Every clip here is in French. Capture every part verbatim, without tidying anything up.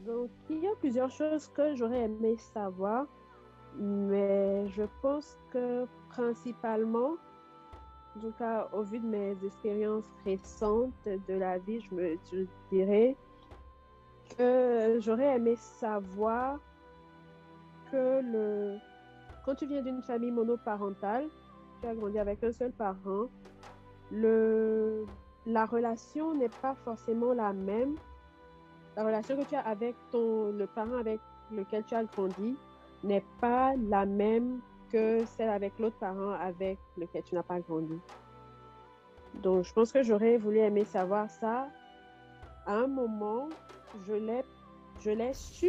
Donc, il y a plusieurs choses que j'aurais aimé savoir, mais je pense que principalement, en tout cas au vu de mes expériences récentes de la vie, je me je dirais que j'aurais aimé savoir que le, quand tu viens d'une famille monoparentale, tu as grandi avec un seul parent, le, la relation n'est pas forcément la même. La relation que tu as avec ton, le parent avec lequel tu as grandi n'est pas la même que celle avec l'autre parent avec lequel tu n'as pas grandi. Donc, je pense que j'aurais voulu aimer savoir ça. À un moment, je l'ai, je l'ai su,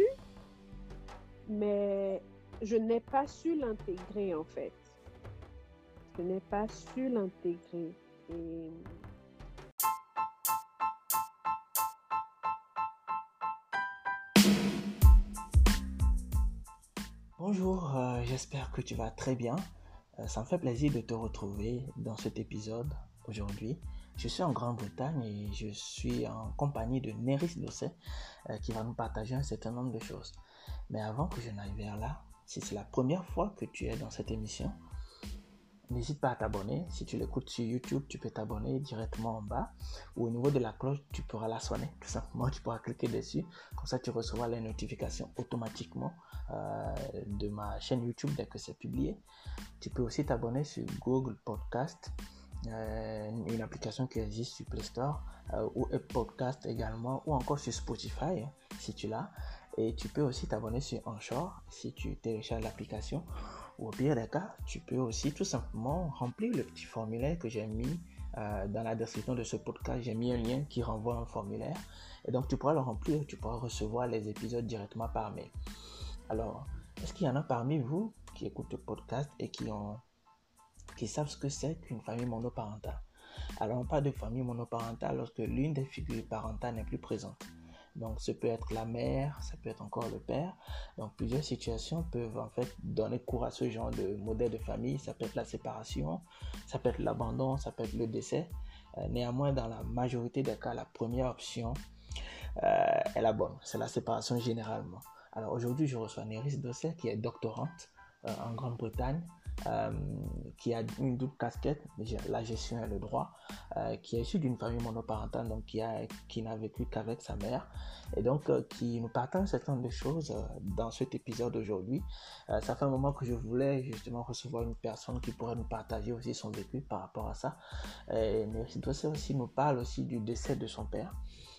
mais je n'ai pas su l'intégrer en fait. Je n'ai pas su l'intégrer. Et... Bonjour, euh, j'espère que tu vas très bien. Euh, ça me fait plaisir de te retrouver dans cet épisode aujourd'hui. Je suis en Grande-Bretagne et je suis en compagnie de Néris Dosset euh, qui va nous partager un certain nombre de choses. Mais avant que je n'aille vers là, si c'est la première fois que tu es dans cette émission, n'hésite pas à t'abonner. Si tu l'écoutes sur YouTube, tu peux t'abonner directement en bas ou au niveau de la cloche, tu pourras la sonner. Tout simplement, tu pourras cliquer dessus. Comme ça, tu recevras les notifications automatiquement euh, de ma chaîne YouTube dès que c'est publié. Tu peux aussi t'abonner sur Google Podcast, euh, une application qui existe sur Play Store euh, ou Apple Podcast également, ou encore sur Spotify hein, si tu l'as. Et tu peux aussi t'abonner sur Anchor si tu télécharges l'application. Ou au pire des cas, tu peux aussi tout simplement remplir le petit formulaire que j'ai mis euh, dans la description de ce podcast. J'ai mis un lien qui renvoie à un formulaire. Et donc, tu pourras le remplir, tu pourras recevoir les épisodes directement par mail. Alors, est-ce qu'il y en a parmi vous qui écoutent le podcast et qui, ont, qui savent ce que c'est qu'une famille monoparentale? Alors, on parle de famille monoparentale lorsque l'une des figures parentales n'est plus présente. Donc, ça peut être la mère, ça peut être encore le père. Donc, plusieurs situations peuvent en fait donner cours à ce genre de modèle de famille. Ça peut être la séparation, ça peut être l'abandon, ça peut être le décès. Euh, néanmoins, dans la majorité des cas, la première option euh, est la bonne. C'est la séparation généralement. Alors, aujourd'hui, je reçois Néris Dosset, qui est doctorante euh, en Grande-Bretagne, euh, qui a une double casquette, la gestion et le droit, euh, qui est issue d'une famille monoparentale, donc qui, a, qui n'a vécu qu'avec sa mère, et donc euh, qui nous partage un certain nombre de choses euh, dans cet épisode aujourd'hui. Euh, ça fait un moment que je voulais justement recevoir une personne qui pourrait nous partager aussi son vécu par rapport à ça. Et Néris Dosset aussi nous parle aussi du décès de son père,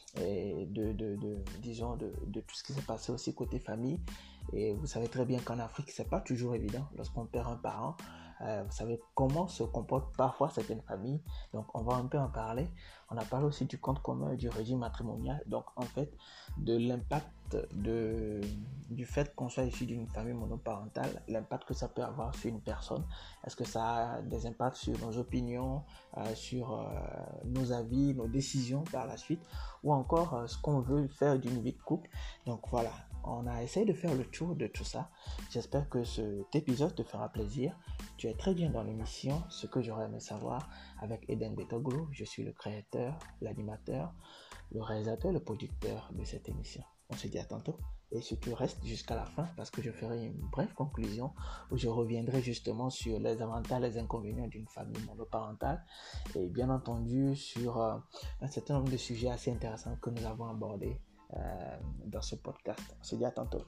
et de, de, de, disons de, de tout ce qui s'est passé aussi côté famille. Et vous savez très bien qu'en Afrique, c'est pas toujours évident lorsqu'on perd un parent. Euh, vous savez comment se comportent parfois certaines familles. Donc, on va un peu en parler. On a parlé aussi du compte commun et du régime matrimonial. Donc, en fait, de l'impact de, du fait qu'on soit issu d'une famille monoparentale, l'impact que ça peut avoir sur une personne. Est-ce que ça a des impacts sur nos opinions, euh, sur euh, nos avis, nos décisions par la suite, ou encore euh, ce qu'on veut faire d'une vie de couple. Donc, voilà. On a essayé de faire le tour de tout ça. J'espère que cet épisode te fera plaisir. Tu es très bien dans l'émission, ce que j'aurais aimé savoir avec Eden Betoglu. Je suis le créateur, l'animateur, le réalisateur, le producteur de cette émission. On se dit à tantôt. Et surtout, reste jusqu'à la fin parce que je ferai une brève conclusion où je reviendrai justement sur les avantages et les inconvénients d'une famille monoparentale et bien entendu sur euh, un certain nombre de sujets assez intéressants que nous avons abordés Euh, dans ce podcast. On se dit à tantôt.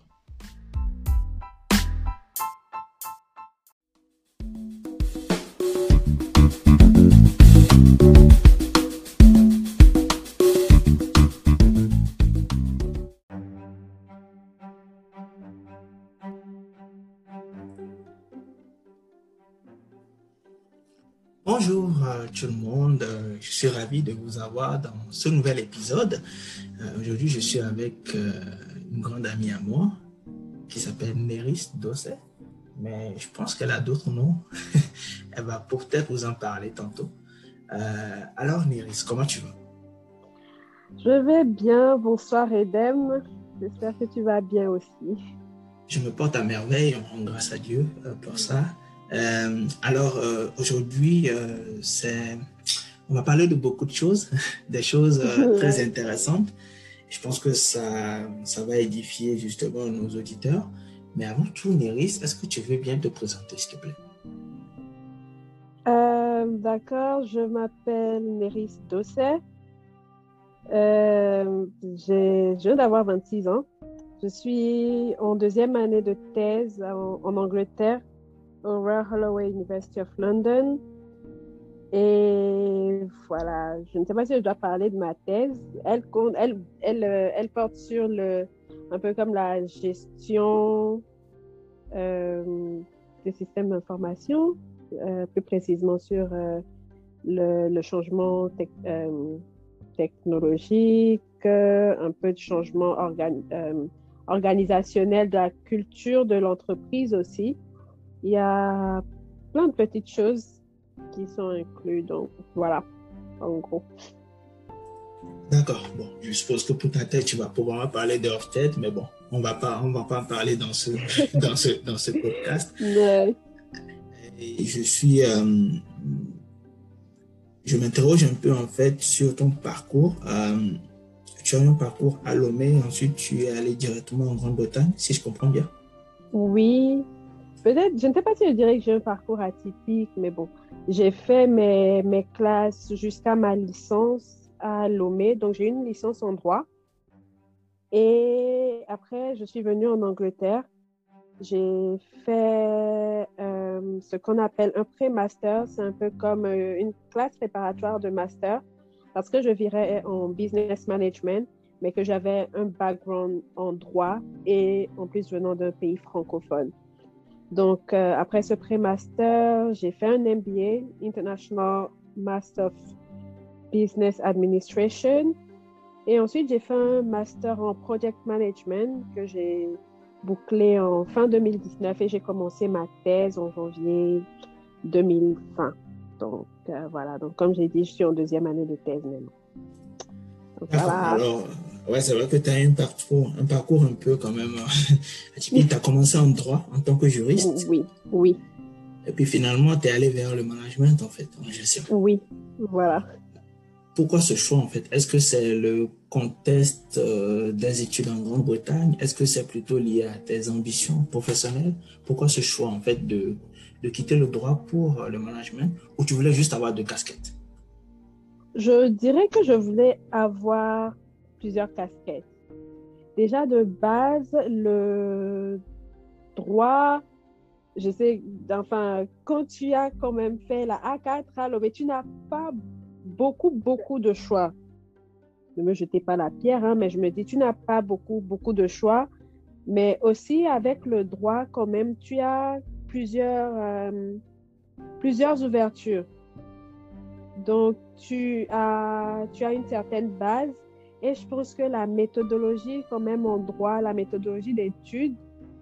Bonjour euh, tout le monde, euh, je suis ravi de vous avoir dans ce nouvel épisode. Euh, aujourd'hui, je suis avec euh, une grande amie à moi qui s'appelle Néris Dosset, mais je pense qu'elle a d'autres noms. Elle va peut-être vous en parler tantôt. Euh, alors Néris, comment tu vas? Je vais bien, bonsoir Edem. J'espère que tu vas bien aussi. Je me porte à merveille, on rend grâce à Dieu euh, pour ça. Euh, alors euh, aujourd'hui, euh, c'est... on va parler de beaucoup de choses, des choses euh, très intéressantes. Je pense que ça, ça va édifier justement nos auditeurs. Mais avant tout, Néris, est-ce que tu veux bien te présenter, s'il te plaît? Euh, d'accord, je m'appelle Néris Dosset. Euh, j'ai, je viens d'avoir vingt-six ans. Je suis en deuxième année de thèse en, en Angleterre, au Royal Holloway University of London. Et voilà, je ne sais pas si je dois parler de ma thèse. Elle, compte- elle, elle, euh, elle porte sur le, un peu comme la gestion euh, des systèmes d'information, euh, plus précisément sur euh, le, le changement tec- euh, technologique, euh, un peu de changement organ- euh, organisationnel de la culture de l'entreprise aussi. Il y a plein de petites choses qui sont incluses. Donc, voilà, en gros. D'accord. Bon, je suppose que pour ta tête, tu vas pouvoir parler de off-tête, mais bon, on va pas, on va pas en parler dans ce, dans ce, dans ce podcast. Mais, Et je suis, euh, je m'interroge un peu en fait sur ton parcours. Euh, tu as un parcours à Lomé, ensuite tu es allé directement en Grande-Bretagne, si je comprends bien. oui, peut-être, je ne sais pas si je dirais que j'ai un parcours atypique, mais bon, j'ai fait mes, mes classes jusqu'à ma licence à Lomé. Donc, j'ai une licence en droit. Et après, je suis venue en Angleterre. J'ai fait euh, ce qu'on appelle un pré-master. C'est un peu comme euh, une classe préparatoire de master parce que je virais en business management, mais que j'avais un background en droit et en plus venant d'un pays francophone. Donc, euh, après ce pré-master, j'ai fait un M B A, International Master of Business Administration. Et ensuite, j'ai fait un master en project management que j'ai bouclé en fin deux mille dix-neuf et j'ai commencé ma thèse en janvier deux mille vingt. Donc, euh, voilà. Donc, comme j'ai dit, je suis en deuxième année de thèse maintenant. Donc, D'accord. voilà. Alors, ouais, c'est vrai que tu as un parcours, un parcours un peu quand même atypique. Tu as commencé en droit en tant que juriste. Oui, oui, Et puis finalement, tu es allé vers le management en fait, en gestion. oui, voilà. Pourquoi ce choix en fait? Est-ce que c'est le contexte euh, des études en Grande-Bretagne? Est-ce que c'est plutôt lié à tes ambitions professionnelles? Pourquoi ce choix en fait de, de quitter le droit pour le management ou tu voulais juste avoir deux casquettes? Je dirais que je voulais avoir plusieurs casquettes. Déjà, de base, le droit, je sais, enfin, quand tu as quand même fait la A quatre à l'eau, mais tu n'as pas beaucoup, beaucoup de choix. Ne me jetez pas la pierre, hein, mais je me dis, tu n'as pas beaucoup, beaucoup de choix. Mais aussi, avec le droit, quand même, tu as plusieurs, euh, plusieurs ouvertures. Donc, tu as, tu as une certaine base. Et je pense que la méthodologie, quand même, en droit, la méthodologie d'études,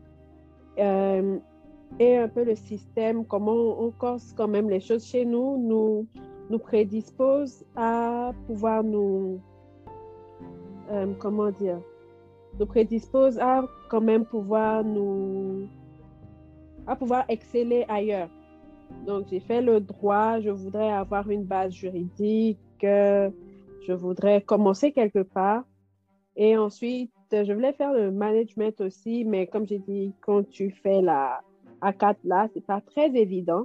euh, et un peu le système, comment on corse quand même les choses chez nous, nous, nous prédispose à pouvoir nous, euh, comment dire, nous prédispose à quand même pouvoir nous, à pouvoir exceller ailleurs. Donc, j'ai fait le droit, je voudrais avoir une base juridique, euh, je voudrais commencer quelque part. Et ensuite, je voulais faire le management aussi, mais comme j'ai dit, quand tu fais la A quatre là, c'est pas très évident.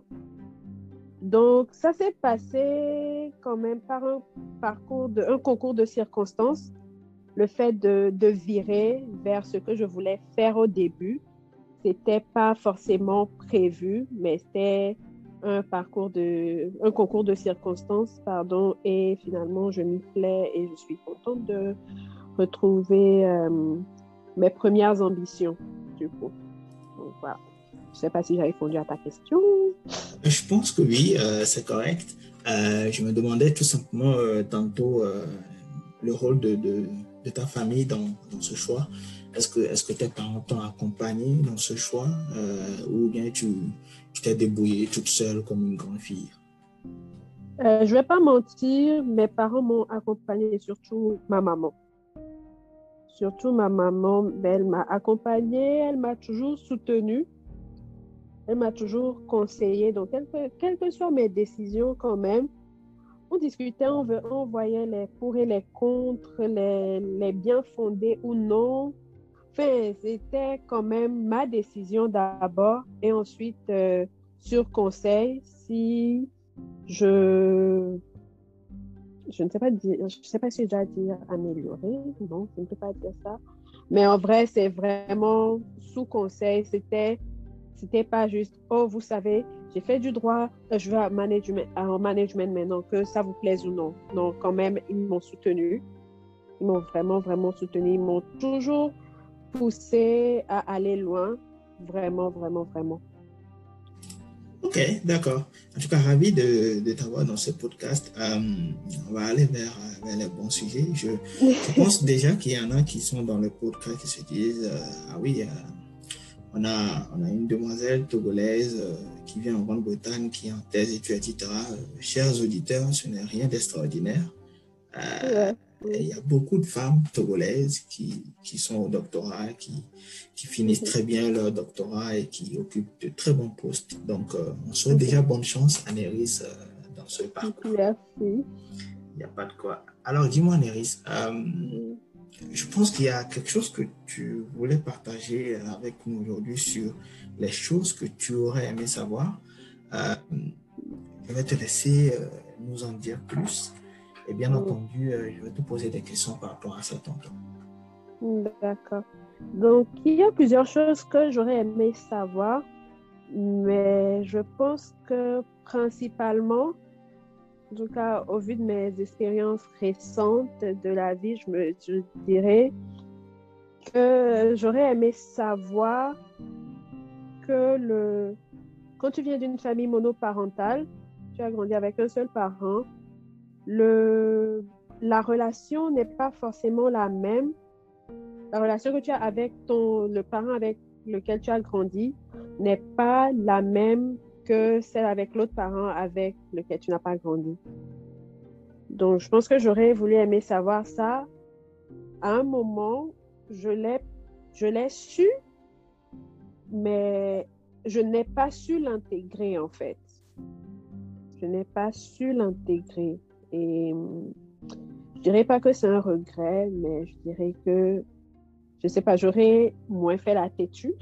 Donc, ça s'est passé quand même par un parcours, de, un concours de circonstances. Le fait de, de virer vers ce que je voulais faire au début, c'était pas forcément prévu, mais c'était un parcours de, un concours de circonstances, pardon, et finalement, je m'y plais et je suis contente de retrouver euh, mes premières ambitions, du coup. Donc, voilà. Je ne sais pas si j'ai répondu à ta question. Je pense que oui, euh, c'est correct. Euh, je me demandais tout simplement euh, tantôt euh, le rôle de, de, de ta famille dans, dans ce choix. Est-ce que, est-ce que tes parents t'ont accompagné dans ce choix euh, ou bien tu, tu t'es débrouillée toute seule comme une grande fille? Euh, je ne vais pas mentir, mes parents m'ont accompagnée, surtout ma maman. Surtout ma maman, elle m'a accompagnée, elle m'a toujours soutenue, elle m'a toujours conseillée. Donc, quelles que, quelles que soient mes décisions quand même, on discutait, on, ve- on voyait les pour et les contre, les, les bien fondés ou non. Enfin, c'était quand même ma décision d'abord et ensuite, euh, sur conseil, si je, je ne sais pas dire, je ne sais pas si je dois dire améliorer, non, je ne peux pas dire ça. Mais en vrai, c'est vraiment sous conseil, c'était, c'était pas juste, oh, vous savez, j'ai fait du droit, euh, je vais à management, en management maintenant, que ça vous plaise ou non. Non, quand même, ils m'ont soutenu. Ils m'ont vraiment, vraiment soutenu. Ils m'ont toujours poussé à aller loin. Vraiment, vraiment, vraiment. Ok, d'accord. En tout cas, ravi de, de t'avoir dans ce podcast. Euh, on va aller vers, vers les bons sujets. Je, je pense déjà qu'il y en a qui sont dans le podcast qui se disent, euh, ah oui, euh, on, a, on a une demoiselle togolaise euh, qui vient en Grande-Bretagne, qui est en thèse, et tu et cetera. Euh, chers auditeurs, ce n'est rien d'extraordinaire. Euh, Ouais. il y a beaucoup de femmes togolaises qui, qui sont au doctorat, qui, qui finissent Mhm. très bien leur doctorat et qui occupent de très bons postes. Donc, euh, on souhaite Mhm. déjà bonne chance à Néris euh, dans ce parcours. Merci. Il n'y a pas de quoi. Alors, dis-moi, Néris, euh, Mhm. je pense qu'il y a quelque chose que tu voulais partager avec nous aujourd'hui sur les choses que tu aurais aimé savoir. Euh, je vais te laisser euh, nous en dire plus. Et bien Mhm. entendu, euh, je vais te poser des questions par rapport à ça tantôt. D'accord. Donc, il y a plusieurs choses que j'aurais aimé savoir, mais je pense que principalement, en tout cas, au vu de mes expériences récentes de la vie, je me je dirais que j'aurais aimé savoir que le, quand tu viens d'une famille monoparentale, tu as grandi avec un seul parent, le, la relation n'est pas forcément la même. La relation que tu as avec ton, le parent avec lequel tu as grandi n'est pas la même que celle avec l'autre parent avec lequel tu n'as pas grandi. Donc, je pense que j'aurais voulu aimer savoir ça. À un moment, je l'ai, je l'ai su, mais je n'ai pas su l'intégrer, en fait. Je n'ai pas su l'intégrer. Et je dirais pas que c'est un regret, mais je dirais que, je sais pas, j'aurais moins fait la têtue.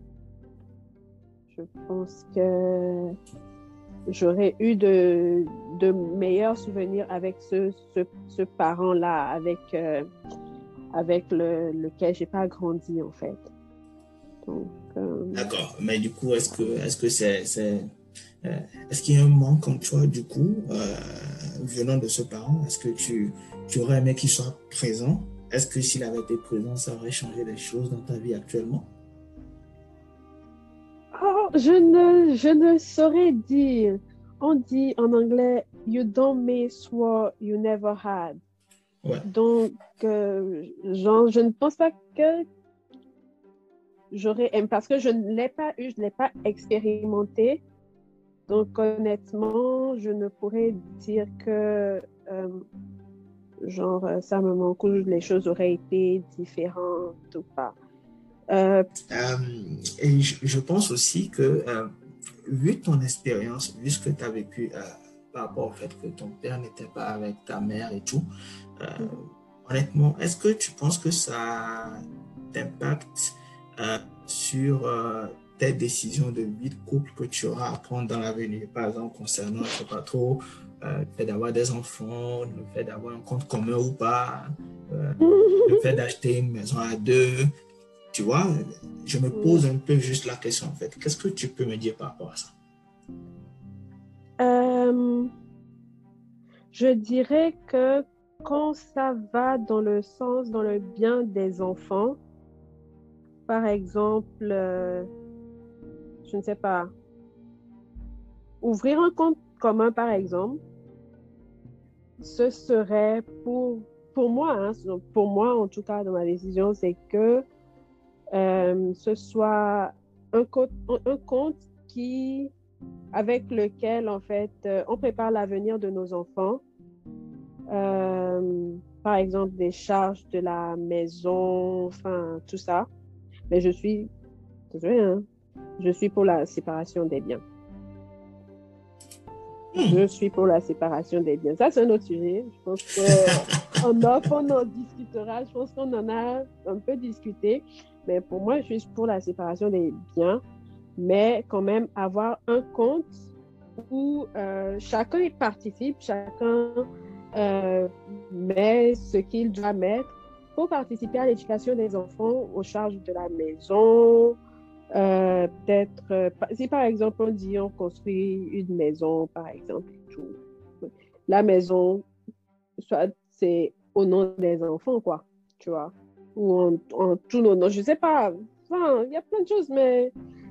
Je pense que j'aurais eu de, de meilleurs souvenirs avec ce, ce, ce parent-là, avec, euh, avec le, lequel j'ai pas grandi, en fait. Donc, euh, D'accord, mais du coup, est-ce que est-ce que c'est, c'est euh, est-ce qu'il y a un manque en toi du coup euh, venant de ce parent? Est-ce que tu, tu aurais aimé qu'il soit présent? Est-ce que s'il avait été présent, ça aurait changé les choses dans ta vie actuellement? oh, je ne, je ne saurais dire. On dit en anglais, you don't miss what you never had. Ouais. Donc, euh, genre, je ne pense pas que j'aurais aimé, parce que je ne l'ai pas eu, je ne l'ai pas expérimenté. Donc, honnêtement, je ne pourrais dire que, euh, genre, ça me manque ou les choses auraient été différentes ou pas. Euh, Euh, et je, je pense aussi que, euh, vu ton expérience, vu ce que tu as vécu euh, par rapport au fait que ton père n'était pas avec ta mère et tout, euh, honnêtement, est-ce que tu penses que ça t'impacte euh, sur euh, tes décisions de vie de couple que tu auras à prendre dans l'avenir? Par exemple, concernant, je ne sais pas trop, euh, le fait d'avoir des enfants, le fait d'avoir un compte commun ou pas, euh, le fait d'acheter une maison à deux. Tu vois, je me pose un peu juste la question en fait. Qu'est-ce que tu peux me dire par rapport à ça? euh, je dirais que quand ça va dans le sens, dans le bien des enfants, par exemple, euh, je ne sais pas, ouvrir un compte commun, par exemple, ce serait pour, pour moi, hein, pour moi en tout cas dans ma décision, c'est que euh, ce soit un compte, un compte qui, avec lequel en fait euh, on prépare l'avenir de nos enfants. Euh, par exemple des charges de la maison, enfin tout ça. Mais je suis, désolée, hein, je suis pour la séparation des biens. je suis pour la séparation des biens. Ça, c'est un autre sujet. Je pense qu'en off, on en discutera. Je pense qu'on en a un peu discuté. Mais pour moi, je suis pour la séparation des biens. Mais quand même, avoir un compte où euh, chacun participe, chacun euh, met ce qu'il doit mettre pour participer à l'éducation des enfants aux charges de la maison. Euh, peut-être, euh, si par exemple on dit on construit une maison, par exemple, tout, la maison, soit c'est au nom des enfants, quoi, tu vois, ou en, en tout nos noms, je sais pas, enfin, il y a plein de choses, mais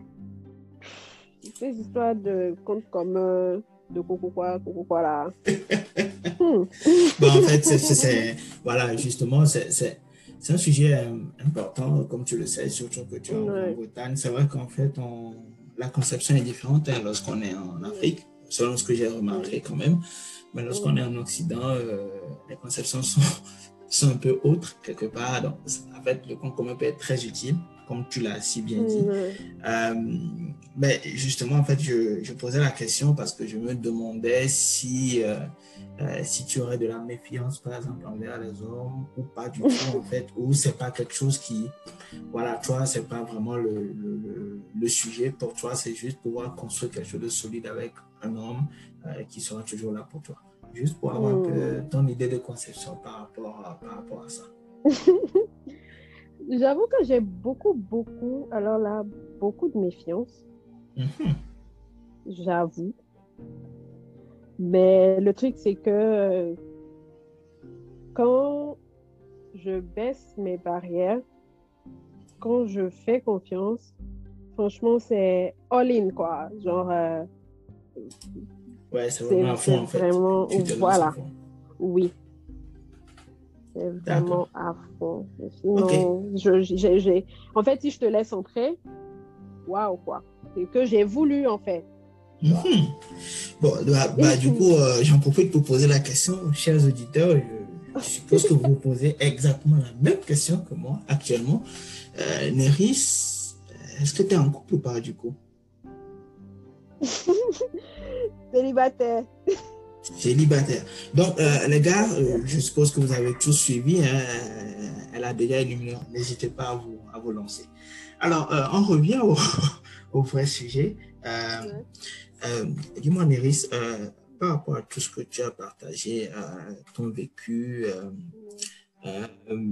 ces histoires de compte commun, de coco quoi, coco quoi là. Hmm. Bon, en fait, c'est, c'est, c'est, voilà, justement, c'est, c'est, c'est un sujet euh, important, comme tu le sais, surtout que tu es en Ouais. Grande-Bretagne. C'est vrai qu'en fait, on, la conception est différente hein, lorsqu'on est en Afrique, selon ce que j'ai remarqué quand même. Mais lorsqu'on est en Occident, euh, les conceptions sont, sont un peu autres quelque part. Donc, en fait, le compte commun peut être très utile, comme tu l'as si bien dit. Ouais. Euh, mais justement, en fait, je, je posais la question parce que je me demandais si, euh, euh, si tu aurais de la méfiance, par exemple, envers les hommes ou pas du tout, en fait, ou c'est pas quelque chose qui, voilà, toi, c'est pas vraiment le, le, le, le sujet pour toi, c'est juste pouvoir construire quelque chose de solide avec un homme euh, qui sera toujours là pour toi. Juste pour avoir un peu ton idée de conception par rapport à, par rapport à ça. J'avoue que j'ai beaucoup, beaucoup, alors là, beaucoup de méfiance. Mm-hmm. J'avoue. Mais le truc, c'est que quand je baisse mes barrières, quand je fais confiance, franchement, c'est all-in, quoi. Genre, euh, ouais, c'est vraiment à fond, en fait. Vraiment, Tu te voilà. à fond. Oui. C'est vraiment à fond. Sinon, okay. je, j'ai, j'ai... en fait, si je te laisse entrer, waouh, quoi. C'est que j'ai voulu, en fait. Mm-hmm. Bon, bah, bah, du coup, euh, j'en profite pour poser la question, chers auditeurs. Je, je suppose que vous vous posez exactement la même question que moi actuellement. Euh, Néris, est-ce que tu es en couple ou pas, du coup? Célibataire. Célibataire. Donc, euh, les gars, euh, je suppose que vous avez tous suivi. Hein, elle a déjà illuminé. N'hésitez pas à vous, à vous lancer. Alors, euh, on revient au, au vrai sujet. Euh, ouais. euh, dis-moi, Néris, euh, par rapport à tout ce que tu as partagé, euh, ton vécu, euh, euh,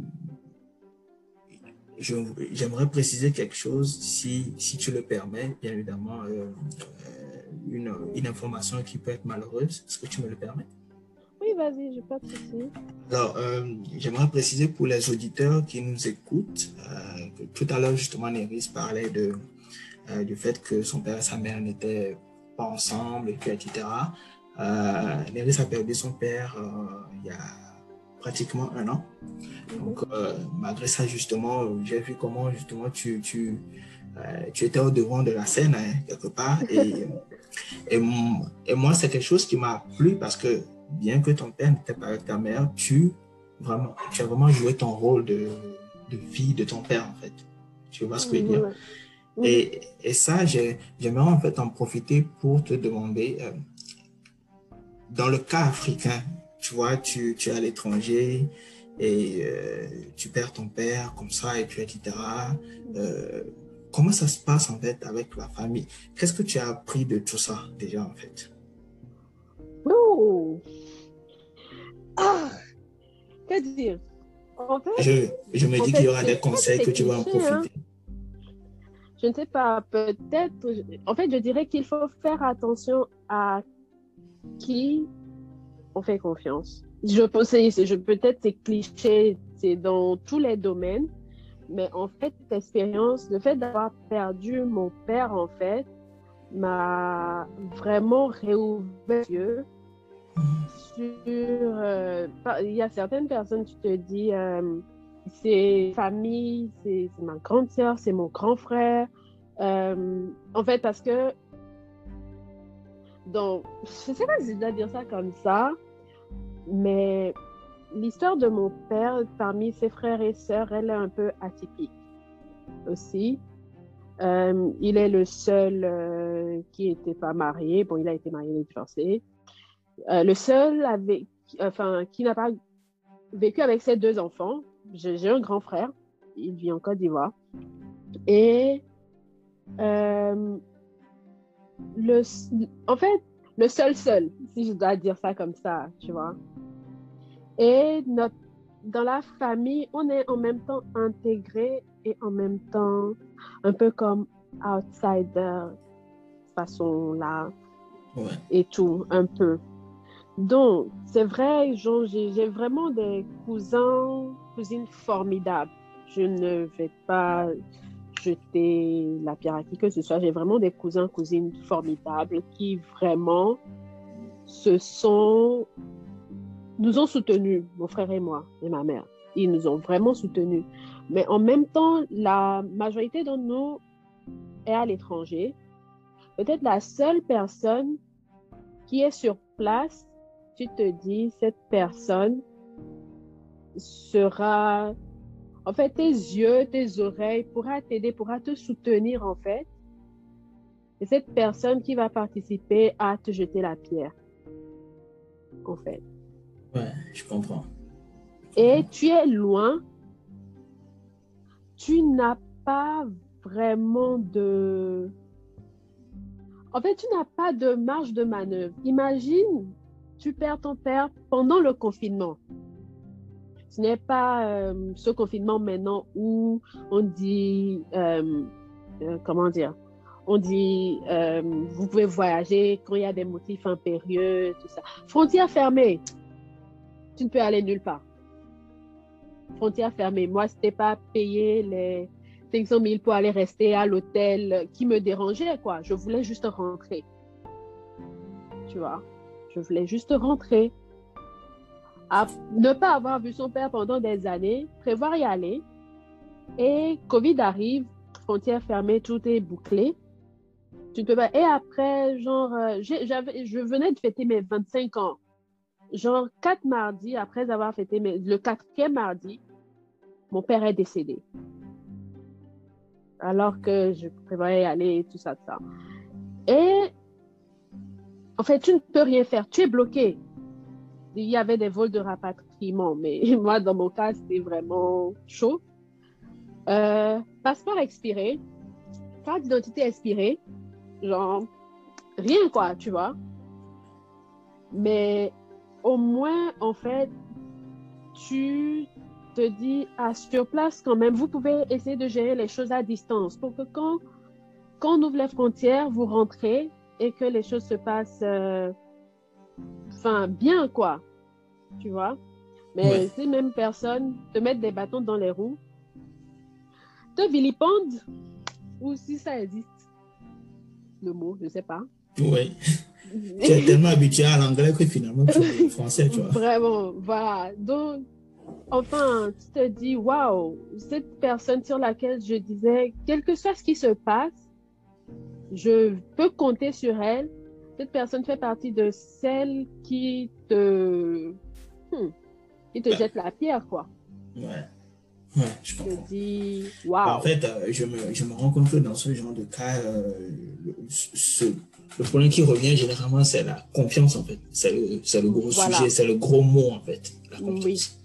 je, j'aimerais préciser quelque chose, si, si tu le permets, bien évidemment, euh, une, une information qui peut être malheureuse. Est-ce que tu me le permets? Oui, vas-y, je pas de souci. Alors, euh, j'aimerais préciser pour les auditeurs qui nous écoutent, euh, que tout à l'heure, justement, Néris parlait de, euh, du fait que son père et sa mère n'étaient pas ensemble, et puis, et cetera. Euh, Néris a perdu son père euh, il y a pratiquement un an. Donc, euh, malgré ça, justement, j'ai vu comment, justement, tu, tu, euh, tu étais au devant de la scène, hein, quelque part. Et, et, et moi, c'est quelque chose qui m'a plu parce que, bien que ton père n'était pas avec ta mère, tu, vraiment, tu as vraiment joué ton rôle de, de fille de ton père, en fait. Tu vois ce que je veux dire? Mmh. Et, et ça, j'ai, j'aimerais en fait en profiter pour te demander, euh, dans le cas africain, tu vois, tu, tu es à l'étranger et euh, tu perds ton père comme ça, et puis, et cetera. Euh, comment ça se passe en fait avec la famille? Qu'est-ce que tu as appris de tout ça déjà en fait? Oh. Ah, que dire? En fait, je, je me dis fait, qu'il y aura des conseils que tu vas en profiter. Hein? Je ne sais pas, peut-être. En fait, je dirais qu'il faut faire attention à qui on fait confiance. Je pense, je, peut-être c'est cliché, c'est dans tous les domaines, mais en fait, l'expérience, le fait d'avoir perdu mon père, en fait, m'a vraiment réouvert les yeux sur... Euh, il y a certaines personnes, tu te dis, euh, c'est famille, c'est ma grande sœur, c'est mon grand frère. Euh, en fait, parce que, donc, je ne sais pas si je dois dire ça comme ça, mais l'histoire de mon père, parmi ses frères et sœurs, elle est un peu atypique aussi. Euh, il est le seul euh, qui n'était pas marié. Bon, il a été marié et divorcé. euh, le seul avec, enfin, qui n'a pas vécu avec ses deux enfants. J'ai, j'ai un grand frère, il vit en Côte d'Ivoire. Et euh, le, en fait, le seul seul, si je dois dire ça comme ça, tu vois. Et notre, dans la famille, on est en même temps intégré et en même temps un peu comme outsider, façon là, Ouais. et tout, un peu. Donc, c'est vrai, genre, j'ai, j'ai vraiment des cousins, cousines formidables. Je ne vais pas jeter la pierre à qui que ce soit. J'ai vraiment des cousins, cousines formidables qui vraiment se sont, nous ont soutenus, mon frère et moi, et ma mère. Ils nous ont vraiment soutenus. Mais en même temps, la majorité d'entre nous est à l'étranger. Peut-être la seule personne qui est sur place, tu te dis, cette personne sera, en fait, tes yeux, tes oreilles, pourra t'aider, pourra te soutenir, en fait. C'est cette personne qui va participer à te jeter la pierre, en fait. Ouais, je comprends. Et tu es loin, tu n'as pas vraiment de... En fait, tu n'as pas de marge de manœuvre. Imagine, tu perds ton père pendant le confinement. Ce n'est pas euh, ce confinement maintenant où on dit, euh, euh, comment dire, on dit, euh, vous pouvez voyager quand il y a des motifs impérieux, tout ça. Frontières fermées, tu ne peux aller nulle part. Frontières fermées. Moi, ce n'était pas payer les cinq cent mille pour aller rester à l'hôtel qui me dérangeait, quoi. Je voulais juste rentrer. Tu vois, je voulais juste rentrer. À ne pas avoir vu son père pendant des années, prévoir y aller. Et Covid arrive, frontières fermées, tout est bouclé. Tu ne peux pas. Et après, genre, euh, j'ai, j'avais, je venais de fêter mes vingt-cinq ans. Genre, quatre mardis, après avoir fêté mes, le quatrième mardi, mon père est décédé. Alors que je prévoyais y aller, tout ça, tout ça. Et en fait, tu ne peux rien faire. Tu es bloqué. Il y avait des vols de rapatriement, mais moi, dans mon cas, c'était vraiment chaud. Euh, passeport expiré, carte d'identité expirée, genre, rien quoi, tu vois. Mais au moins, en fait, tu te dis, ah, sur place quand même, vous pouvez essayer de gérer les choses à distance pour que quand, quand on ouvre les frontières, vous rentrez et que les choses se passent euh, enfin, bien, quoi, tu vois. Mais Ouais. ces mêmes personnes te mettent des bâtons dans les roues, te vilipendent, ou si ça existe, le mot, je ne sais pas. Ouais. Tu es tellement habitué à l'anglais que finalement tu es français, tu vois. Vraiment, voilà. Donc, enfin, tu te dis, waouh, cette personne sur laquelle je disais, quel que soit ce qui se passe, je peux compter sur elle. Cette personne fait partie de celles qui te, hmm, qui te Ouais. jette la pierre, quoi. Ouais. Ouais, je Je te comprends. dis, En waouh. fait, euh, je, me, je me rends compte que dans ce genre de cas, euh, le, ce, le problème qui revient généralement, c'est la confiance, en fait. C'est le, c'est le gros Voilà. sujet, c'est le gros mot, en fait, la Oui. confiance.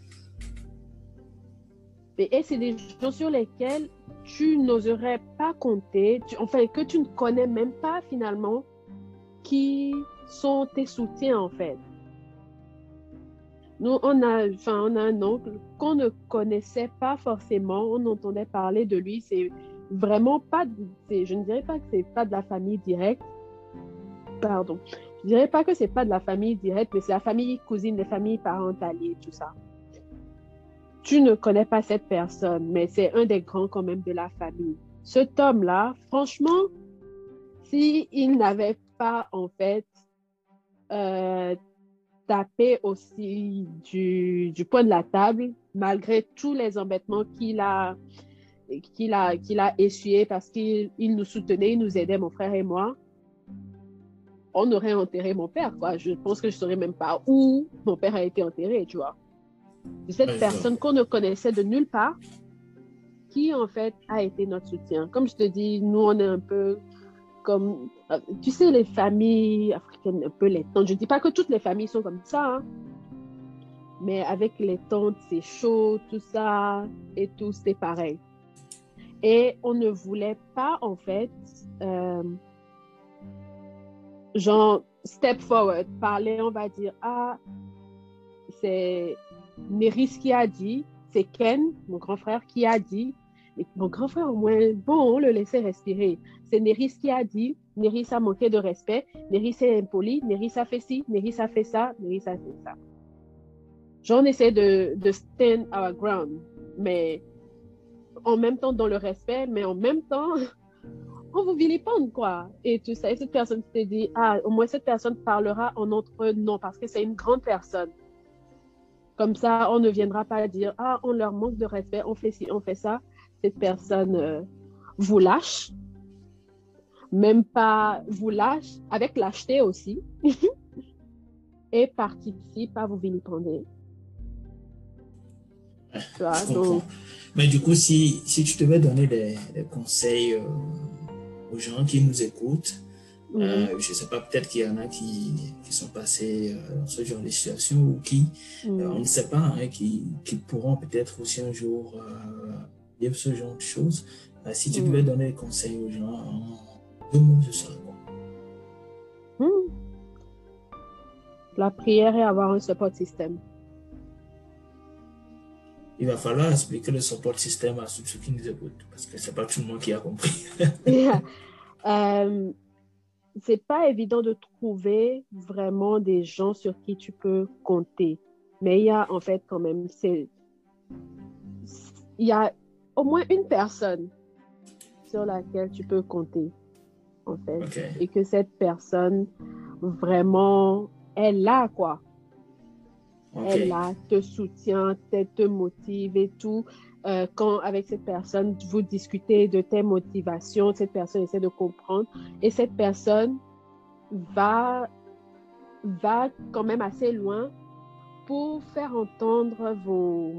Et, et c'est des gens sur lesquels tu n'oserais pas compter, tu, enfin, que tu ne connais même pas finalement, qui sont tes soutiens, en fait. Nous, on a, enfin, on a un oncle qu'on ne connaissait pas forcément, on entendait parler de lui, c'est vraiment pas, c'est, je ne dirais pas que c'est pas de la famille directe, pardon, je dirais pas que c'est pas de la famille directe, mais c'est la famille cousine, les familles parentales et tout ça. Tu ne connais pas cette personne, mais c'est un des grands quand même de la famille. Cet homme-là, franchement, s'il n'avait pas en fait euh, tapé aussi du, du coin de la table, malgré tous les embêtements qu'il a, qu'il a, qu'il a essuyés parce qu'il il nous soutenait, il nous aidait, mon frère et moi, on aurait enterré mon père, quoi. Je pense que je ne saurais même pas où mon père a été enterré, tu vois. C'est cette Ouais, personne qu'on ne connaissait de nulle part qui, en fait, a été notre soutien. Comme je te dis, nous, on est un peu comme, euh, tu sais, les familles africaines, un peu les tantes, je ne dis pas que toutes les familles sont comme ça, hein, mais avec les tantes, c'est chaud, tout ça, et tout, c'est pareil. Et on ne voulait pas, en fait, euh, genre, step forward, parler, on va dire, ah, c'est Néris qui a dit, c'est Ken, mon grand frère, qui a dit, mais mon grand frère, au moins, bon, on le laissait respirer. C'est Néris qui a dit, Néris a manqué de respect, Néris est impoli, Néris a fait ci, Néris a fait ça, Néris a fait ça. J'en essaie de, de stand our ground, mais en même temps dans le respect, mais en même temps, on vous vilipende, quoi. Et tout ça. Et cette personne s'est dit, ah, au moins cette personne parlera en notre nom parce que c'est une grande personne. Comme ça, on ne viendra pas dire, ah, on leur manque de respect, on fait ci, on fait ça. Cette personne euh, vous lâche, même pas vous lâche, avec lâcheté aussi, et participe à vous vilipender. Ouais, Tu vois, je comprends. donc, Mais du coup, si, si tu devais donner des, des conseils euh, aux gens qui nous écoutent, mm-hmm. euh, je ne sais pas, peut-être qu'il y en a qui, qui sont passés euh, dans ce genre de situation ou qui, mm-hmm. euh, on ne sait pas, hein, qui, qui pourront peut-être aussi un jour euh, vivre ce genre de choses. Euh, si tu mm-hmm. devais donner des conseils aux gens en deux mots, ce serait quoi? Mm. La prière et avoir un support system. Il va falloir expliquer le support system à ceux qui nous écoutent, parce que c'est pas tout le monde qui a compris. yeah. euh, c'est pas évident de trouver vraiment des gens sur qui tu peux compter. Mais il y a en fait quand même, c'est, il y a au moins une personne sur laquelle tu peux compter, en fait. Okay. Et que cette personne vraiment est là, quoi. Okay. Elle là, te soutient, te, te motive et tout. Euh, quand avec cette personne, vous discutez de tes motivations, cette personne essaie de comprendre et cette personne va, va quand même assez loin pour faire entendre vos,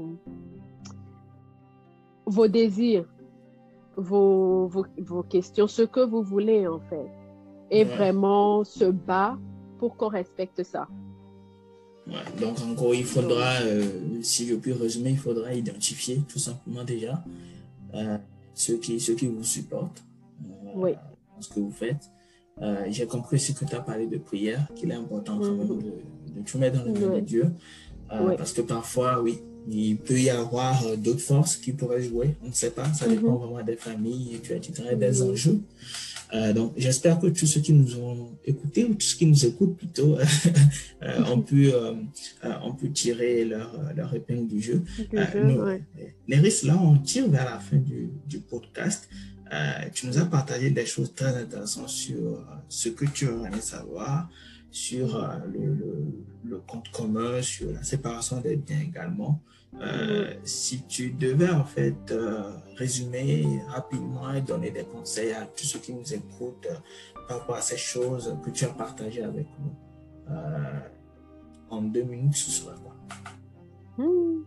vos désirs, vos, vos, vos questions, ce que vous voulez en fait. Et ouais. Vraiment se bat pour qu'on respecte ça. Ouais, donc en gros, il faudra, euh, si je puis résumer, il faudra identifier tout simplement déjà euh, ceux, qui, ceux qui vous supportent euh, oui. dans ce que vous faites. Euh, j'ai compris aussi que tu as parlé de prière, qu'il est important quand même mm-hmm. de, de tout mettre dans les mains oui. de Dieu. Euh, oui. Parce que parfois, oui, il peut y avoir euh, d'autres forces qui pourraient jouer, on ne sait pas, ça mm-hmm. dépend vraiment des familles, et cetera, des mm-hmm. enjeux. Euh, donc, j'espère que tous ceux qui nous ont écoutés, ou tous ceux qui nous écoutent plutôt, euh, ont, pu, euh, ont pu tirer leur, leur épingle du jeu. Du euh, jeu nous, ouais. Néris, là, on tire vers la fin du, du podcast. Euh, tu nous as partagé des choses très intéressantes sur euh, ce que tu aimerais savoir, sur euh, le, le, le compte commun, sur la séparation des biens également. Euh, si tu devais en fait euh, résumer rapidement et donner des conseils à tous ceux qui nous écoutent euh, par rapport à ces choses que tu as partagées avec nous euh, en deux minutes, ce serait quoi? hmm.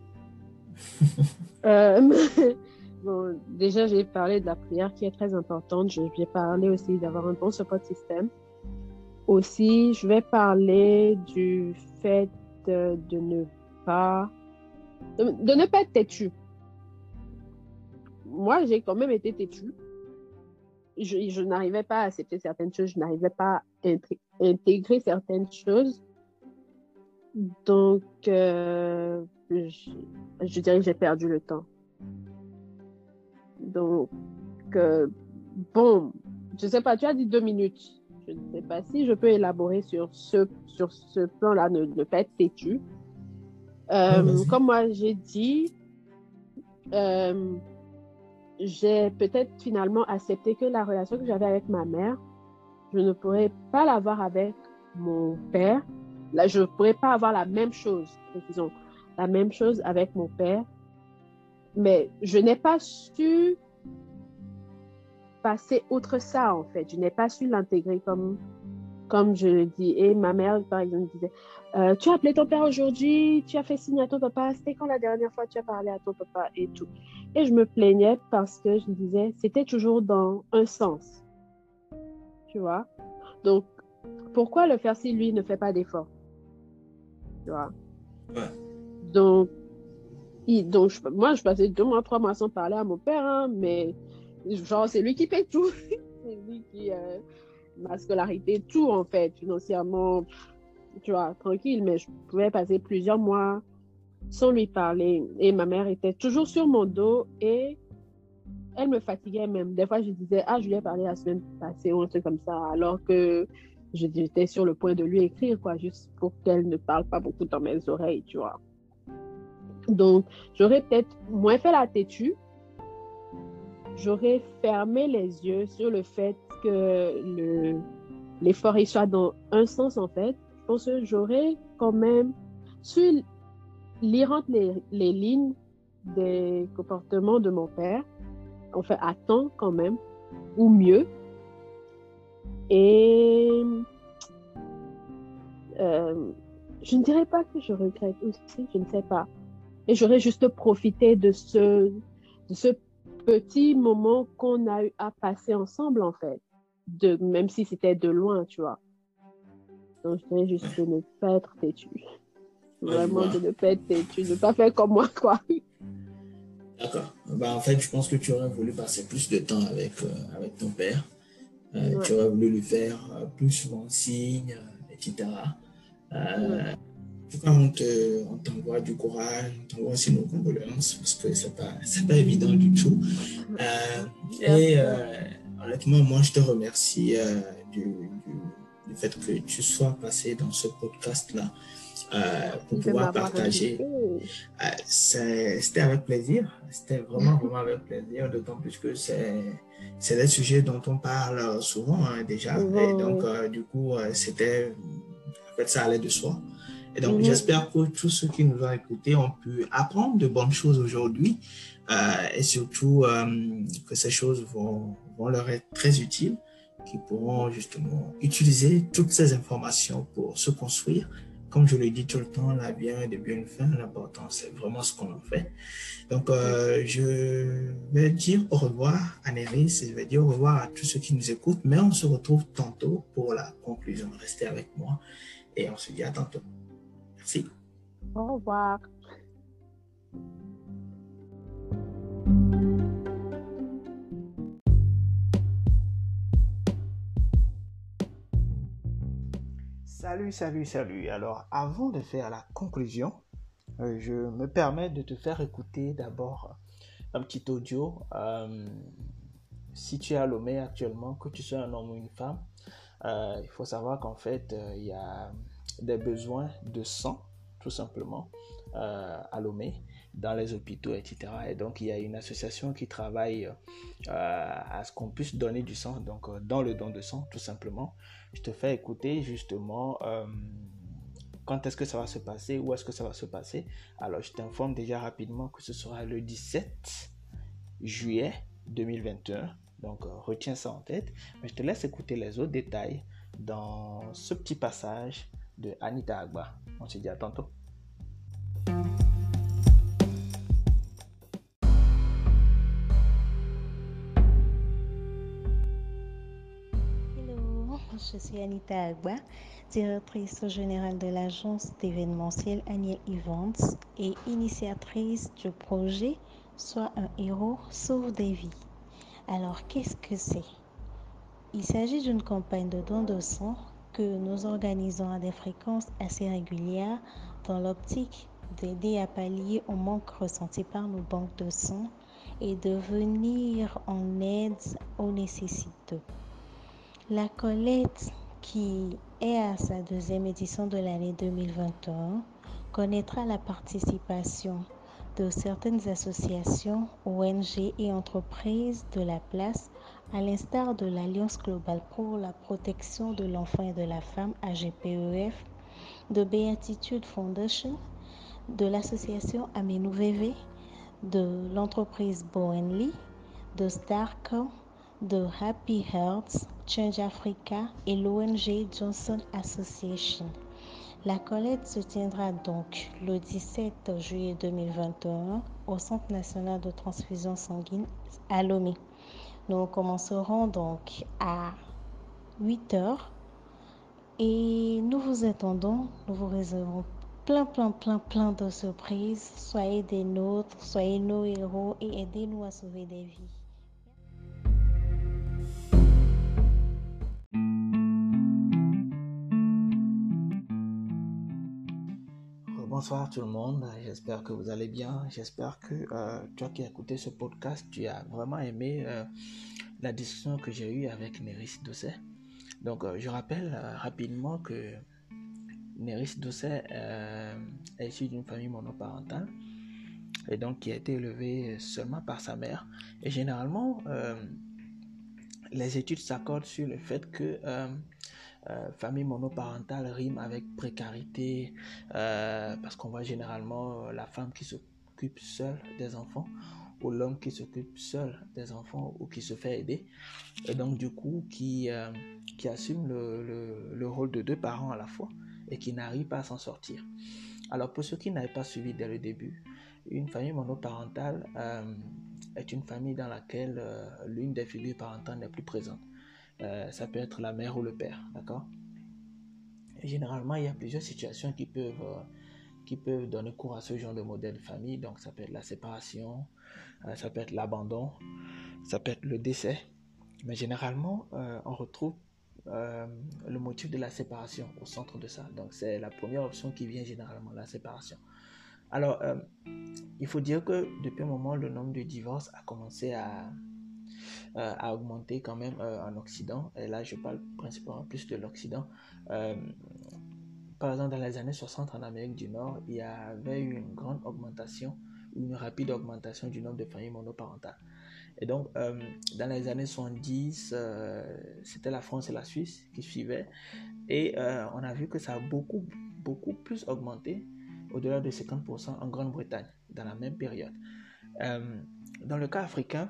euh, bon, déjà j'ai parlé de la prière qui est très importante. Je vais parler aussi d'avoir un bon support système. Aussi, je vais parler du fait de, de ne pas De, de ne pas être têtu. Moi, j'ai quand même été têtu. Je, je n'arrivais pas à accepter certaines choses, je n'arrivais pas à intégrer, intégrer certaines choses. Donc, euh, je, je dirais que j'ai perdu le temps. Donc, euh, bon, je ne sais pas, tu as dit deux minutes. Je ne sais pas si je peux élaborer sur ce, sur ce plan-là, ne, ne pas être têtu. Euh, oui, comme moi j'ai dit, euh, j'ai peut-être finalement accepté que la relation que j'avais avec ma mère, je ne pourrais pas l'avoir avec mon père. Là, je ne pourrais pas avoir la même chose, disons, la même chose avec mon père. Mais je n'ai pas su passer outre ça, en fait. Je n'ai pas su l'intégrer comme, comme je le dis. Et ma mère, par exemple, disait, Euh, tu as appelé ton père aujourd'hui, tu as fait signe à ton papa, c'était quand la dernière fois tu as parlé à ton papa et tout. Et je me plaignais parce que je me disais, c'était toujours dans un sens. tu vois. Donc, pourquoi le faire si lui ne fait pas d'effort, tu vois? Ouais. Donc, il, donc je, moi, je passais deux mois, trois mois sans parler à mon père, hein, mais genre, c'est lui qui paye tout. C'est lui qui, euh, ma scolarité, tout, en fait, financièrement, tu vois, tranquille, mais je pouvais passer plusieurs mois sans lui parler. Et ma mère était toujours sur mon dos et elle me fatiguait même. Des fois, je disais, ah, je lui ai parlé la semaine passée ou un truc comme ça, alors que j'étais sur le point de lui écrire, quoi, juste pour qu'elle ne parle pas beaucoup dans mes oreilles, tu vois. Donc, j'aurais peut-être moins fait la têtue. J'aurais fermé les yeux sur le fait que le, l'effort il soit dans un sens, en fait. Je pense que j'aurais quand même su lire entre les, les lignes des comportements de mon père, enfin, à temps quand même, ou mieux. Et euh, je ne dirais pas que je regrette aussi, je ne sais pas. Et j'aurais juste profité de ce, de ce petit moment qu'on a eu à passer ensemble, en fait, de, même si c'était de loin, tu vois. Donc, je dirais juste de ne pas être têtu. Ouais, je Vraiment, vois. de ne pas être têtu, de ne pas faire comme moi, quoi. D'accord. Bah, en fait, je pense que tu aurais voulu passer plus de temps avec, euh, avec ton père. Euh, tu Ouais, aurais voulu lui faire euh, plus souvent signe, euh, et cetera. ouais. Euh, en tout cas, on te- on t'envoie du courage, on t'envoie aussi nos condoléances parce que c'est pas, c'est pas évident du tout. Euh, et Merci. euh, honnêtement, moi, je te remercie euh, du, du, du fait que tu sois passé dans ce podcast-là euh, pour Merci de pouvoir m'avoir partager. invité. Euh, c'est- C'était avec plaisir. C'était vraiment, vraiment avec plaisir, d'autant plus que c'est c'est des sujets dont on parle souvent hein, déjà. Et Souvent, donc, oui. euh, du coup, euh, c'était, en fait, ça allait de soi. Et donc, Mhm. j'espère que tous ceux qui nous ont écoutés ont pu apprendre de bonnes choses aujourd'hui euh, et surtout euh, que ces choses vont, vont leur être très utiles, qui pourront justement utiliser toutes ces informations pour se construire. Comme je le dis tout le temps, la bien et de bien faire, l'important c'est vraiment ce qu'on en fait. Donc, euh, je vais dire au revoir à Néris et je vais dire au revoir à tous ceux qui nous écoutent, mais on se retrouve tantôt pour la conclusion. Restez avec moi et on se dit à tantôt. Merci. Au revoir. Salut, salut, salut. Alors, avant de faire la conclusion, euh, je me permets de te faire écouter d'abord un petit audio. Euh, si tu es à Lomé actuellement, que tu sois un homme ou une femme, euh, il faut savoir qu'en fait, euh, il y a des besoins de sang, tout simplement, euh, à Lomé, dans les hôpitaux, et cetera. Et donc, il y a une association qui travaille euh, à ce qu'on puisse donner du sang, donc euh, dans le don de sang, tout simplement. Je te fais écouter justement euh, quand est-ce que ça va se passer, où est-ce que ça va se passer. Alors, je t'informe déjà rapidement que ce sera le dix-sept juillet deux mille vingt et un. Donc, euh, retiens ça en tête. Mais je te laisse écouter les autres détails dans ce petit passage de Anita Agba. On se dit à tantôt. Hello, je suis Anita Agba, directrice générale de l'agence d'événementiel Aniel Events et initiatrice du projet Sois un héros, sauve des vies. Alors, qu'est-ce que c'est? Il s'agit d'une campagne de don de sang que nous organisons à des fréquences assez régulières dans l'optique d'aider à pallier au manque ressenti par nos banques de sang et de venir en aide aux nécessiteux. La collecte, qui est à sa deuxième édition de l'année deux mille vingt et un, connaîtra la participation de certaines associations, O N G et entreprises de la place, à l'instar de l'Alliance globale pour la protection de l'enfant et de la femme, A G P E F, de Beatitude Foundation, de l'association Amenu V V, de l'entreprise Bowenly, de Starco, de Happy Hearts, Change Africa et l'O N G Johnson Association. La collecte se tiendra donc le dix-sept juillet deux mille vingt et un au Centre national de transfusion sanguine à Lomé. Nous commencerons donc à huit heures. Et nous vous attendons, nous vous réservons plein, plein, plein, plein de surprises. Soyez des nôtres, soyez nos héros et aidez-nous à sauver des vies. Bonsoir tout le monde, j'espère que vous allez bien. J'espère que euh, toi qui as écouté ce podcast, tu as vraiment aimé euh, la discussion que j'ai eue avec Néris Doucet. Donc euh, je rappelle euh, rapidement que Néris Doucet euh, est issu d'une famille monoparentale et donc qui a été élevée seulement par sa mère. Et généralement, euh, les études s'accordent sur le fait que euh, Euh, famille monoparentale rime avec précarité euh, parce qu'on voit généralement euh, la femme qui s'occupe seule des enfants ou l'homme qui s'occupe seul des enfants ou qui se fait aider et donc du coup qui, euh, qui assume le, le, le rôle de deux parents à la fois et qui n'arrive pas à s'en sortir. Alors pour ceux qui n'avaient pas suivi dès le début, une famille monoparentale euh, est une famille dans laquelle euh, l'une des figures parentales n'est plus présente. Euh, ça peut être la mère ou le père, d'accord? Et généralement, il y a plusieurs situations qui peuvent, euh, qui peuvent donner cours à ce genre de modèle de famille. Donc, ça peut être la séparation, euh, ça peut être l'abandon, ça peut être le décès. Mais généralement, euh, on retrouve euh, le motif de la séparation au centre de ça. Donc, c'est la première option qui vient généralement, la séparation. Alors, euh, il faut dire que depuis un moment, le nombre de divorces a commencé à... Euh, a augmenté quand même euh, en Occident. Et là, je parle principalement plus de l'Occident. Euh, par exemple, dans les années soixante en Amérique du Nord, il y avait eu une grande augmentation, une rapide augmentation du nombre de familles monoparentales. Et donc, euh, dans les années soixante-dix, euh, c'était la France et la Suisse qui suivaient. Et euh, on a vu que ça a beaucoup, beaucoup plus augmenté, au-delà de cinquante pour cent en Grande-Bretagne, dans la même période. Euh, dans le cas africain,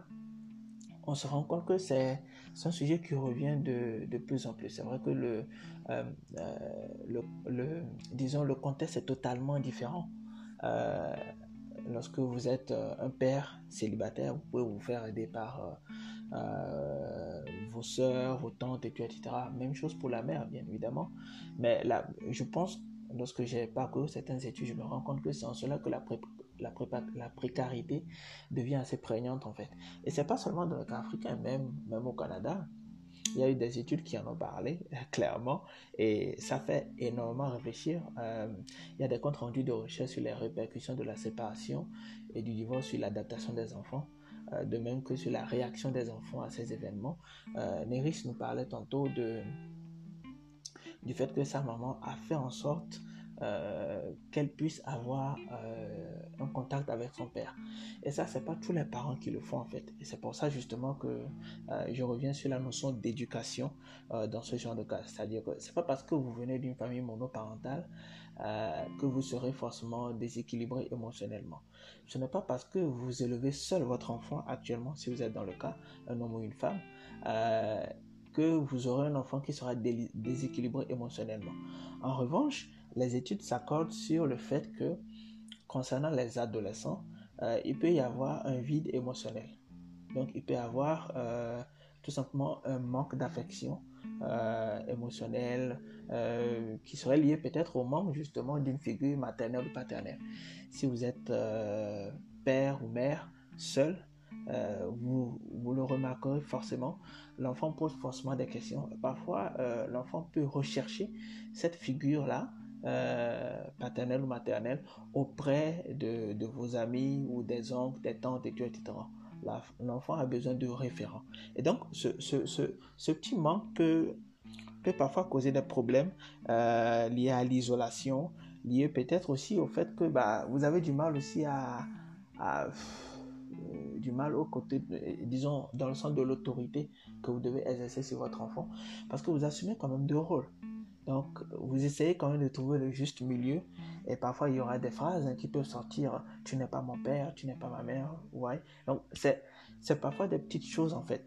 on se rend compte que c'est, c'est un sujet qui revient de, de plus en plus. C'est vrai que le, euh, euh, le, le, disons, le contexte est totalement différent. Euh, lorsque vous êtes un père célibataire, vous pouvez vous faire aider par euh, euh, vos soeurs, vos tantes, et cetera. Même chose pour la mère, bien évidemment. Mais là, je pense, lorsque j'ai parcouru certaines études, je me rends compte que c'est en cela que la pré- La, prépa- la précarité devient assez prégnante en fait. Et c'est pas seulement dans le cas africain, même, même au Canada, il y a eu des études qui en ont parlé, clairement, et ça fait énormément réfléchir. Euh, il y a des comptes rendus de recherche sur les répercussions de la séparation et du divorce sur l'adaptation des enfants, euh, de même que sur la réaction des enfants à ces événements. Euh, Néris nous parlait tantôt de, du fait que sa maman a fait en sorte Euh, qu'elle puisse avoir euh, un contact avec son père. Et ça, c'est pas tous les parents qui le font en fait. Et c'est pour ça justement que euh, je reviens sur la notion d'éducation euh, dans ce genre de cas. C'est-à-dire que c'est pas parce que vous venez d'une famille monoparentale euh, que vous serez forcément déséquilibré émotionnellement. Ce n'est pas parce que vous élevez seul votre enfant actuellement, si vous êtes dans le cas, un homme ou une femme, euh, que vous aurez un enfant qui sera dé- déséquilibré émotionnellement. En revanche, les études s'accordent sur le fait que, concernant les adolescents, euh, il peut y avoir un vide émotionnel. Donc, il peut y avoir euh, tout simplement un manque d'affection euh, émotionnelle euh, qui serait lié peut-être au manque justement d'une figure maternelle ou paternelle. Si vous êtes euh, père ou mère seul, euh, vous, vous le remarquerez forcément, l'enfant pose forcément des questions. Parfois, euh, l'enfant peut rechercher cette figure-là, euh, paternelle ou maternelle, auprès de, de vos amis ou des oncles, des tantes, et cetera. L'enfant a besoin de référents. Et donc, ce, ce, ce, ce petit manque peut, peut parfois causer des problèmes euh, liés à l'isolation, liés peut-être aussi au fait que bah, vous avez du mal aussi à... à euh, du mal au côté, de, disons, dans le sens de l'autorité que vous devez exercer sur votre enfant, parce que vous assumez quand même deux rôles. Donc, vous essayez quand même de trouver le juste milieu. Et parfois, il y aura des phrases hein, qui peuvent sortir « Tu n'es pas mon père, tu n'es pas ma mère. » Ouais. Donc, c'est, c'est parfois des petites choses, en fait.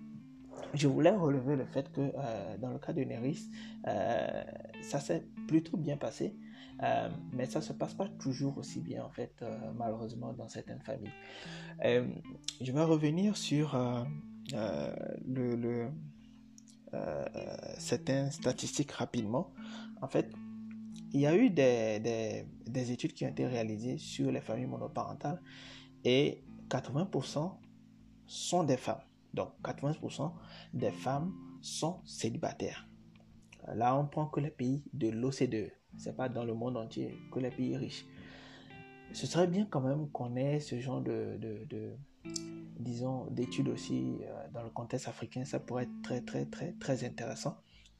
Je voulais relever le fait que, euh, dans le cas de Néris, euh, ça s'est plutôt bien passé. Euh, mais ça ne se passe pas toujours aussi bien, en fait, euh, malheureusement, dans certaines familles. Euh, je vais revenir sur euh, euh, le... le Euh, certaines statistiques rapidement. En fait, il y a eu des, des, des études qui ont été réalisées sur les familles monoparentales et quatre-vingts pour cent sont des femmes. Donc, quatre-vingts pour cent des femmes sont célibataires. Là, on prend que les pays de l'O C D E. Ce n'est pas dans le monde entier, que les pays riches. Ce serait bien quand même qu'on ait ce genre de, de, de disons, d'études aussi euh, dans le contexte africain. Ça pourrait être très, très, très, très intéressant.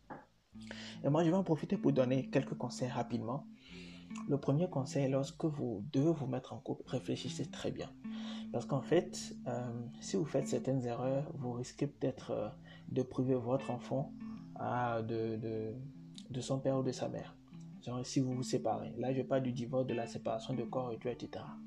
Et moi, je vais en profiter pour donner quelques conseils rapidement. Le premier conseil, lorsque vous devez vous mettre en couple, réfléchissez très bien. Parce qu'en fait, euh, si vous faites certaines erreurs, vous risquez peut-être euh, de priver votre enfant euh, de, de, de son père ou de sa mère. Genre, si vous vous séparez. Là, je parle du divorce, de la séparation de corps et tout, et cetera.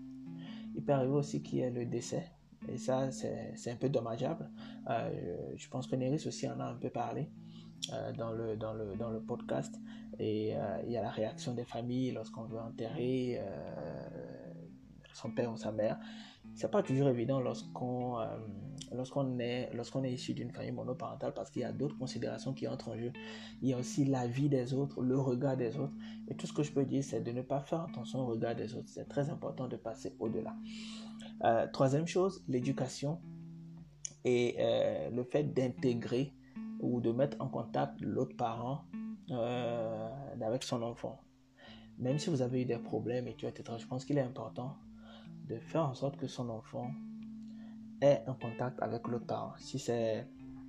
Il peut arriver aussi qu'il y ait le décès. Et ça, c'est, c'est un peu dommageable. Euh, je pense que Néris aussi en a un peu parlé euh, dans, le, dans, le, dans le podcast. Et euh, il y a la réaction des familles lorsqu'on veut enterrer euh, son père ou sa mère. C'est pas toujours évident lorsqu'on, euh, lorsqu'on est, lorsqu'on est issu d'une famille monoparentale parce qu'il y a d'autres considérations qui entrent en jeu. Il y a aussi la vie des autres, le regard des autres. Et tout ce que je peux dire, c'est de ne pas faire attention au regard des autres. C'est très important de passer au-delà. Euh, troisième chose, l'éducation et euh, le fait d'intégrer ou de mettre en contact l'autre parent euh, avec son enfant. Même si vous avez eu des problèmes et tout, et cetera, je pense qu'il est important de faire en sorte que son enfant ait un contact avec l'autre parent. Si, c'est,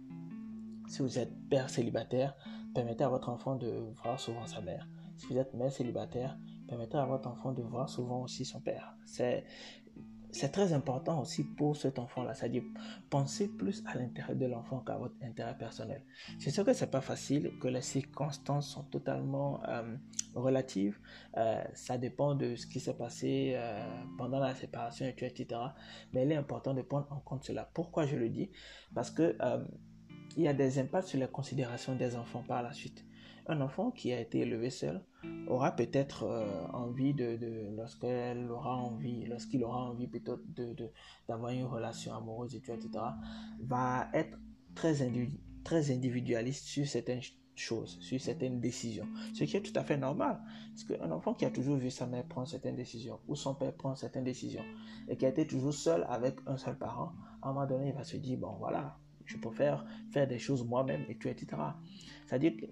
si vous êtes père célibataire, permettez à votre enfant de voir souvent sa mère. Si vous êtes mère célibataire, permettez à votre enfant de voir souvent aussi son père. C'est, c'est très important aussi pour cet enfant-là. C'est-à-dire, pensez plus à l'intérêt de l'enfant qu'à votre intérêt personnel. C'est sûr que ce n'est pas facile, que les circonstances sont totalement euh, relatives. Euh, ça dépend de ce qui s'est passé euh, pendant la séparation, et cetera. Mais il est important de prendre en compte cela. Pourquoi je le dis? Parce que euh, il y a des impacts sur les considérations des enfants par la suite. Un enfant qui a été élevé seul aura peut-être euh, envie de, de lorsqu'elle aura envie, lorsqu'il aura envie plutôt de, de, d'avoir une relation amoureuse, et cetera, va être très, individu, très individualiste sur certaines choses, sur certaines décisions, ce qui est tout à fait normal. Parce qu'un enfant qui a toujours vu sa mère prendre certaines décisions, ou son père prendre certaines décisions, et qui a été toujours seul avec un seul parent, à un moment donné, il va se dire, bon voilà, je préfère faire des choses moi-même, et cetera. C'est-à-dire que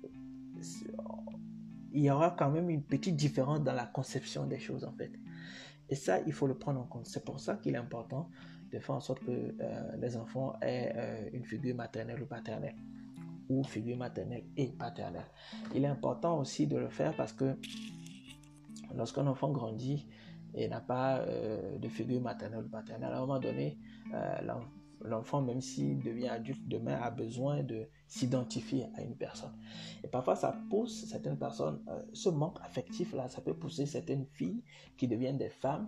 il y aura quand même une petite différence dans la conception des choses en fait. Et ça, il faut le prendre en compte. C'est pour ça qu'il est important de faire en sorte que euh, les enfants aient euh, une figure maternelle ou paternelle, ou figure maternelle et paternelle. Il est important aussi de le faire parce que lorsqu'un enfant grandit et n'a pas euh, de figure maternelle ou paternelle, à un moment donné, euh, l'enfant L'enfant, même s'il devient adulte demain, a besoin de s'identifier à une personne. Et parfois, ça pousse certaines personnes, euh, ce manque affectif-là, ça peut pousser certaines filles qui deviennent des femmes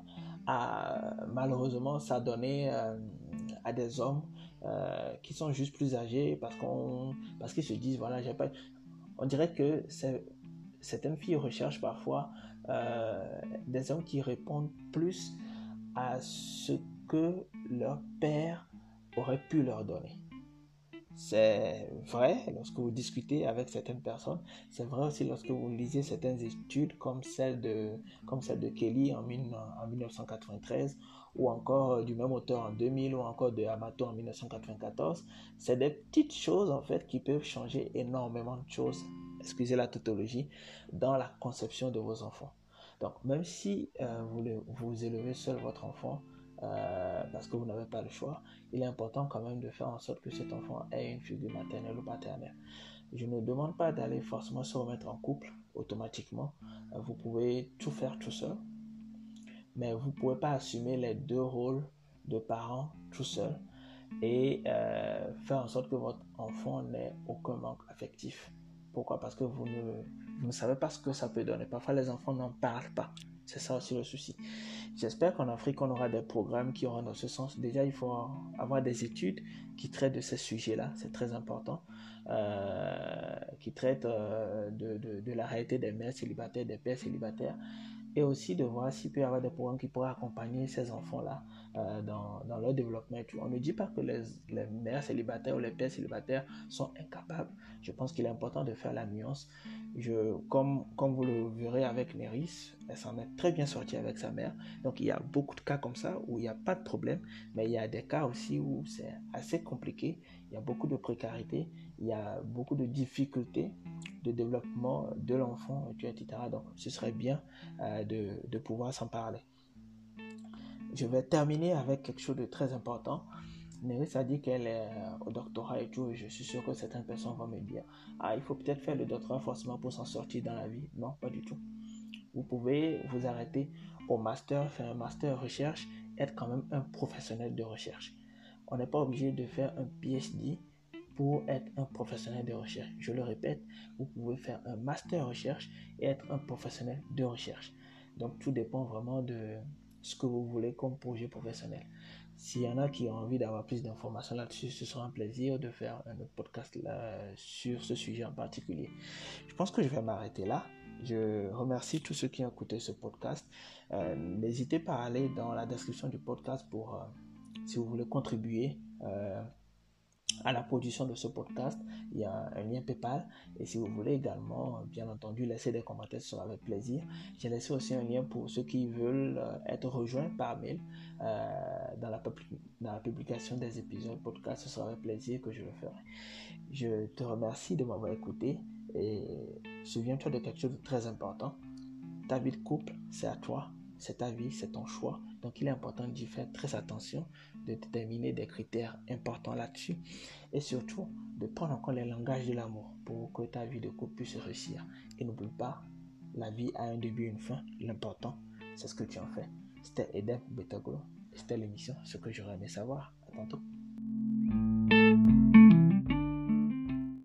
à malheureusement s'adonner euh, à des hommes euh, qui sont juste plus âgés parce, qu'on, parce qu'ils se disent, voilà, j'ai pas... On dirait que c'est, certaines filles recherchent parfois euh, des hommes qui répondent plus à ce que leur père aurait pu leur donner. C'est vrai lorsque vous discutez avec certaines personnes, c'est vrai aussi lorsque vous lisez certaines études comme celle de, comme celle de Kelly en, en dix-neuf cent quatre-vingt-treize ou encore du même auteur en deux mille ou encore de Amato en dix-neuf cent quatre-vingt-quatorze. C'est des petites choses en fait qui peuvent changer énormément de choses, excusez la tautologie, dans la conception de vos enfants. Donc même si euh, vous, le, vous élevez seul votre enfant, Euh, parce que vous n'avez pas le choix, il est important quand même de faire en sorte que cet enfant ait une figure maternelle ou paternelle. Je ne demande pas d'aller forcément se remettre en couple automatiquement. Euh, vous pouvez tout faire tout seul, mais vous ne pouvez pas assumer les deux rôles de parents tout seul et euh, faire en sorte que votre enfant n'ait aucun manque affectif. Pourquoi? Parce que vous ne, vous ne savez pas ce que ça peut donner. Parfois, les enfants n'en parlent pas. C'est ça aussi le souci. J'espère qu'en Afrique, on aura des programmes qui auront dans ce sens. Déjà, il faut avoir des études qui traitent de ces sujets-là. C'est très important. Euh, qui traitent euh, de, de, de la réalité des mères célibataires, des pères célibataires. et aussi de voir s'il peut y avoir des programmes qui pourraient accompagner ces enfants-là euh, dans, dans leur développement. On ne dit pas que les, les mères célibataires ou les pères célibataires sont incapables. Je pense qu'il est important de faire la nuance. Je, comme, comme vous le verrez avec Néris, elle s'en est très bien sortie avec sa mère. Donc il y a beaucoup de cas comme ça où il n'y a pas de problème, mais il y a des cas aussi où c'est assez compliqué. Il y a beaucoup de précarité, il y a beaucoup de difficultés de développement de l'enfant, et cetera. Donc ce serait bien euh, de, de pouvoir s'en parler. Je vais terminer avec quelque chose de très important. Néris a dit qu'elle est au doctorat et tout, et je suis sûr que certaines personnes vont me dire « Ah, il faut peut-être faire le doctorat forcément pour s'en sortir dans la vie. » Non, pas du tout. Vous pouvez vous arrêter au master, faire un master recherche, être quand même un professionnel de recherche. On n'est pas obligé de faire un P H D pour être un professionnel de recherche. Je le répète, vous pouvez faire un master recherche et être un professionnel de recherche. Donc tout dépend vraiment de ce que vous voulez comme projet professionnel. S'il y en a qui ont envie d'avoir plus d'informations là-dessus, ce sera un plaisir de faire un autre podcast là, sur ce sujet en particulier. Je pense que je vais m'arrêter là. Je remercie tous ceux qui ont écouté ce podcast. Euh, n'hésitez pas à aller dans la description du podcast pour, euh, si vous voulez contribuer euh, à la production de ce podcast. Il y a un lien PayPal, et si vous voulez également, bien entendu, laisser des commentaires, ce sera avec plaisir. J'ai laissé aussi un lien pour ceux qui veulent être rejoints par mail euh, dans, la pub- dans la publication des épisodes podcast. Ce sera avec plaisir que je le ferai. Je te remercie de m'avoir écouté, et souviens-toi de quelque chose de très important. Ta vie de couple, c'est à toi, c'est ta vie, c'est ton choix. Donc il est important d'y faire très attention, de déterminer des critères importants là-dessus, et surtout de prendre en compte les langages de l'amour pour que ta vie de couple puisse réussir. Et n'oublie pas, la vie a un début et une fin. L'important, c'est ce que tu en fais. C'était Edem Betagolo, et c'était l'émission Ce que j'aurais aimé savoir. À tantôt.